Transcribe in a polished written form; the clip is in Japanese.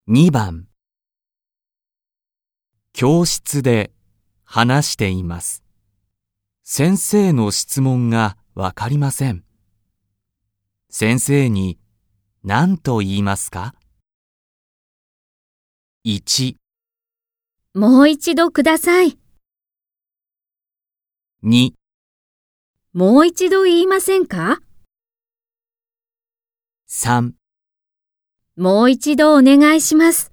2番。教室で話しています。先生の質問がわかりません。先生に何と言いますか？ 1、 もう一度ください。 2、 もう一度言いませんか？ 3 もう一度お願いします。